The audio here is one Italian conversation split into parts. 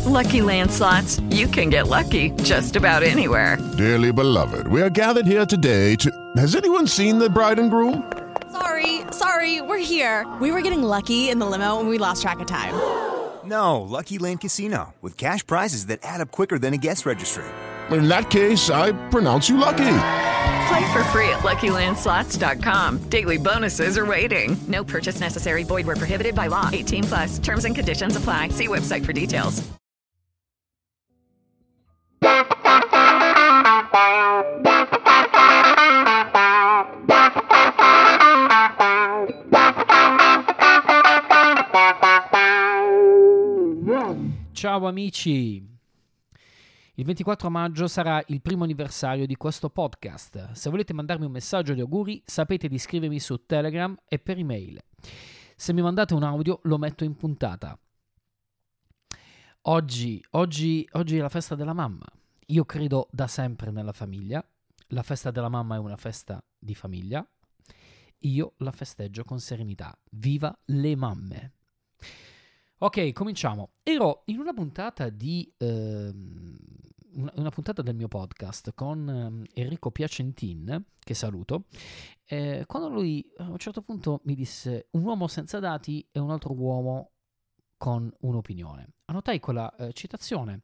Lucky Land Slots, you can get lucky just about anywhere. Dearly beloved, we are gathered here today to... Has anyone seen the bride and groom? Sorry, we're here. We were getting lucky in the limo and we lost track of time. No, Lucky Land Casino, with cash prizes that add up quicker than a guest registry. In that case, I pronounce you lucky. Play for free at LuckyLandSlots.com. Daily bonuses are waiting. No purchase necessary. Void where prohibited by law. 18+. Terms and conditions apply. See website for details. Ciao amici, il 24 maggio sarà il primo anniversario di questo podcast. Se volete mandarmi un messaggio di auguri sapete di scrivermi su Telegram e per email. Se mi mandate un audio lo metto in puntata. Oggi è la festa della mamma. Io credo da sempre nella famiglia. La festa della mamma è una festa di famiglia. Io la festeggio con serenità. Viva le mamme! Ok, cominciamo. Ero in una puntata una puntata del mio podcast con Enrico Piacentin, che saluto, quando lui a un certo punto mi disse: un uomo senza dati è un altro uomo con un'opinione. Annotai quella citazione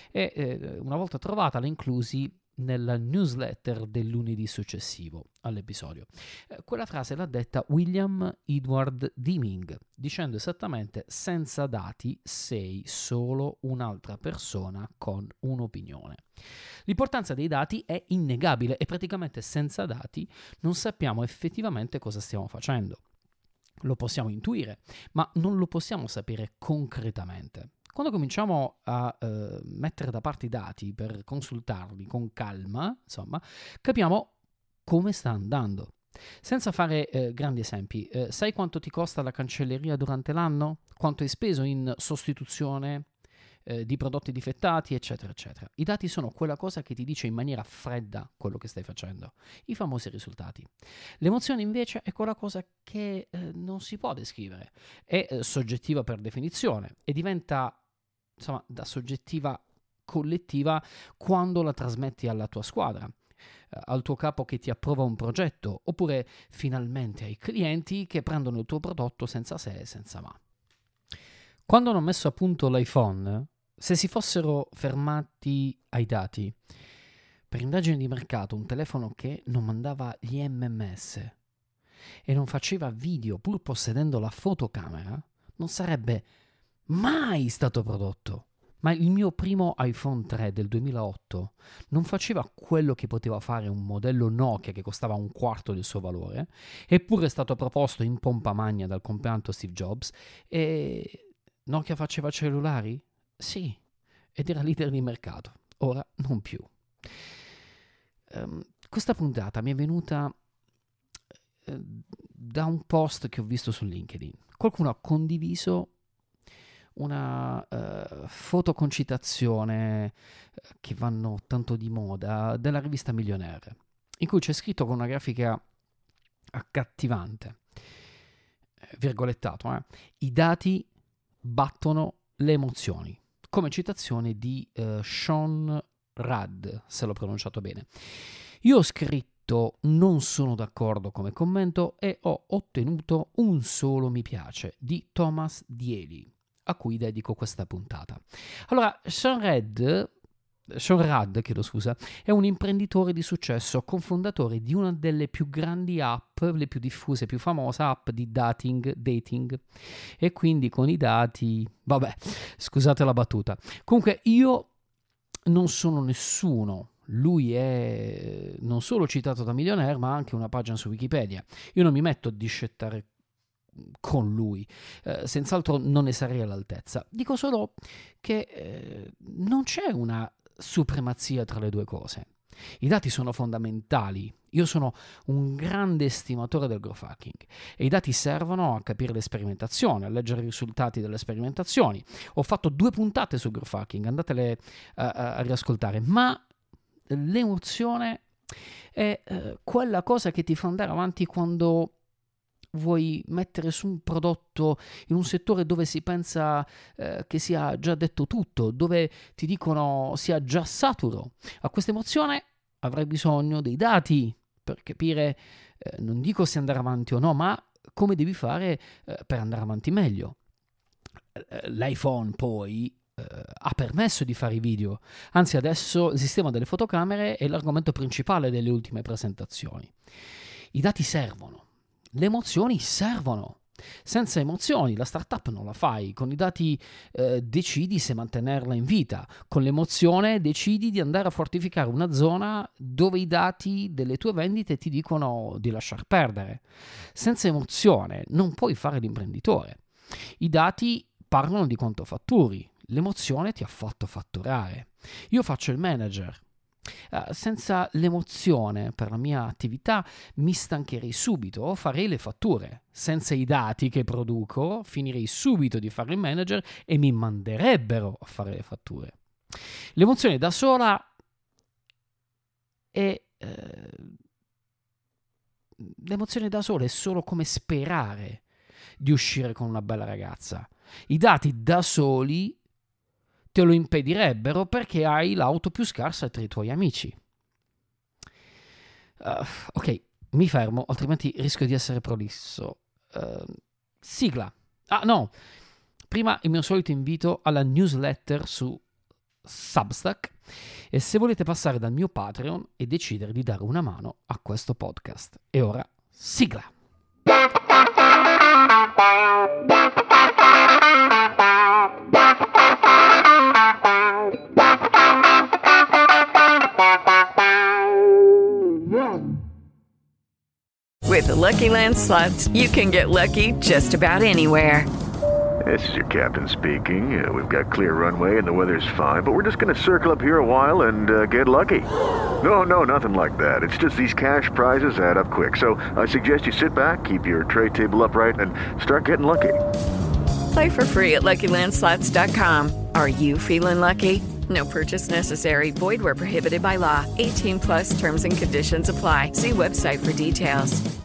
e una volta trovata la inclusi nella newsletter del lunedì successivo all'episodio. Quella frase l'ha detta William Edward Deming, dicendo esattamente: senza dati sei solo un'altra persona con un'opinione. L'importanza dei dati è innegabile e praticamente senza dati non sappiamo effettivamente cosa stiamo facendo. Lo possiamo intuire, ma non lo possiamo sapere concretamente. Quando cominciamo a mettere da parte i dati per consultarli con calma, insomma, capiamo come sta andando. Senza fare grandi esempi, sai quanto ti costa la cancelleria durante l'anno? Quanto hai speso in sostituzione di prodotti difettati, eccetera, eccetera. I dati sono quella cosa che ti dice in maniera fredda quello che stai facendo, i famosi risultati. L'emozione invece è quella cosa che non si può descrivere, è soggettiva per definizione e diventa, insomma, da soggettiva collettiva quando la trasmetti alla tua squadra, al tuo capo che ti approva un progetto, oppure finalmente ai clienti che prendono il tuo prodotto senza se e senza ma. Quando hanno messo a punto l'iPhone, se si fossero fermati ai dati, per indagini di mercato, un telefono che non mandava gli MMS e non faceva video pur possedendo la fotocamera, non sarebbe mai stato prodotto. Ma il mio primo iPhone 3 del 2008 non faceva quello che poteva fare un modello Nokia che costava un quarto del suo valore, eppure è stato proposto in pompa magna dal compianto Steve Jobs. E Nokia faceva cellulari? Sì, ed era leader di mercato. Ora non più. Questa puntata mi è venuta da un post che ho visto su LinkedIn. Qualcuno ha condiviso una fotoconcitazione che vanno tanto di moda della rivista Millionaire, in cui c'è scritto con una grafica accattivante, virgolettato, i dati battono le emozioni, come citazione di Sean Rudd, se l'ho pronunciato bene. Io ho scritto non sono d'accordo come commento e ho ottenuto un solo mi piace di Thomas Dieli, a cui dedico questa puntata. Allora, Sean Rudd, è un imprenditore di successo, cofondatore di una delle più grandi app, le più diffuse, più famose app di dating, e quindi con i dati, vabbè, scusate la battuta. Comunque io non sono nessuno. Lui è non solo citato da Millionaire, ma anche una pagina su Wikipedia. Io non mi metto a discettare con lui, senz'altro non ne sarei all'altezza. Dico solo che non c'è una supremazia tra le due cose. I dati sono fondamentali. Io sono un grande estimatore del growth hacking e i dati servono a capire le sperimentazioni, a leggere i risultati delle sperimentazioni. Ho fatto 2 puntate sul growth hacking, andatele a riascoltare, ma l'emozione è quella cosa che ti fa andare avanti quando vuoi mettere su un prodotto in un settore dove si pensa che sia già detto tutto, dove ti dicono sia già saturo. A questa emozione avrai bisogno dei dati per capire, non dico se andare avanti o no, ma come devi fare per andare avanti meglio. L'iPhone poi ha permesso di fare i video, anzi adesso il sistema delle fotocamere è l'argomento principale delle ultime presentazioni. I dati servono, le emozioni servono. Senza emozioni la startup non la fai, con i dati decidi se mantenerla in vita, con l'emozione decidi di andare a fortificare una zona dove i dati delle tue vendite ti dicono di lasciar perdere. Senza emozione non puoi fare l'imprenditore. I dati parlano di quanto fatturi, l'emozione ti ha fatto fatturare. Io faccio il manager. Senza l'emozione per la mia attività mi stancherei subito o farei le fatture. Senza i dati che produco finirei subito di fare il manager e mi manderebbero a fare le fatture. L'emozione da sola è l'emozione da sola è solo come sperare di uscire con una bella ragazza. I dati da soli te lo impedirebbero perché hai l'auto più scarsa tra i tuoi amici. Ok, mi fermo, altrimenti rischio di essere prolisso. Sigla. Ah no, prima il mio solito invito alla newsletter su Substack e se volete passare dal mio Patreon e decidere di dare una mano a questo podcast. E ora, sigla! With the Lucky Land Slots, you can get lucky just about anywhere. This is your captain speaking. We've got clear runway and the weather's fine, but we're just going to circle up here a while and get lucky. No, nothing like that. It's just these cash prizes add up quick. So I suggest you sit back, keep your tray table upright, and start getting lucky. Play for free at LuckyLandSlots.com. Are you feeling lucky? No purchase necessary. Void where prohibited by law. 18+ terms and conditions apply. See website for details.